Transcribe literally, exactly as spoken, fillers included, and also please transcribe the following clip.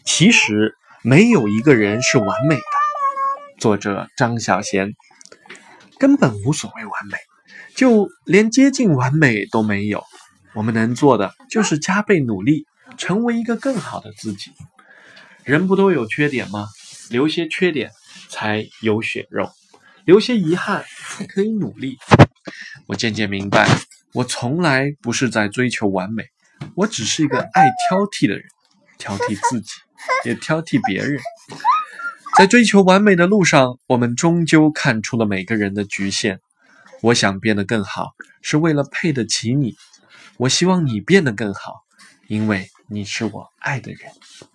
其实没有一个人是完美的。作者张小娴。根本无所谓完美，就连接近完美都没有。我们能做的就是加倍努力，成为一个更好的自己。人不都有缺点吗？留些缺点才有血肉，留些遗憾才可以努力。我渐渐明白，我从来不是在追求完美，我只是一个爱挑剔的人，挑剔自己，也挑剔别人。在追求完美的路上，我们终究看出了每个人的局限。我想变得更好，是为了配得起你。我希望你变得更好，因为你是我爱的人。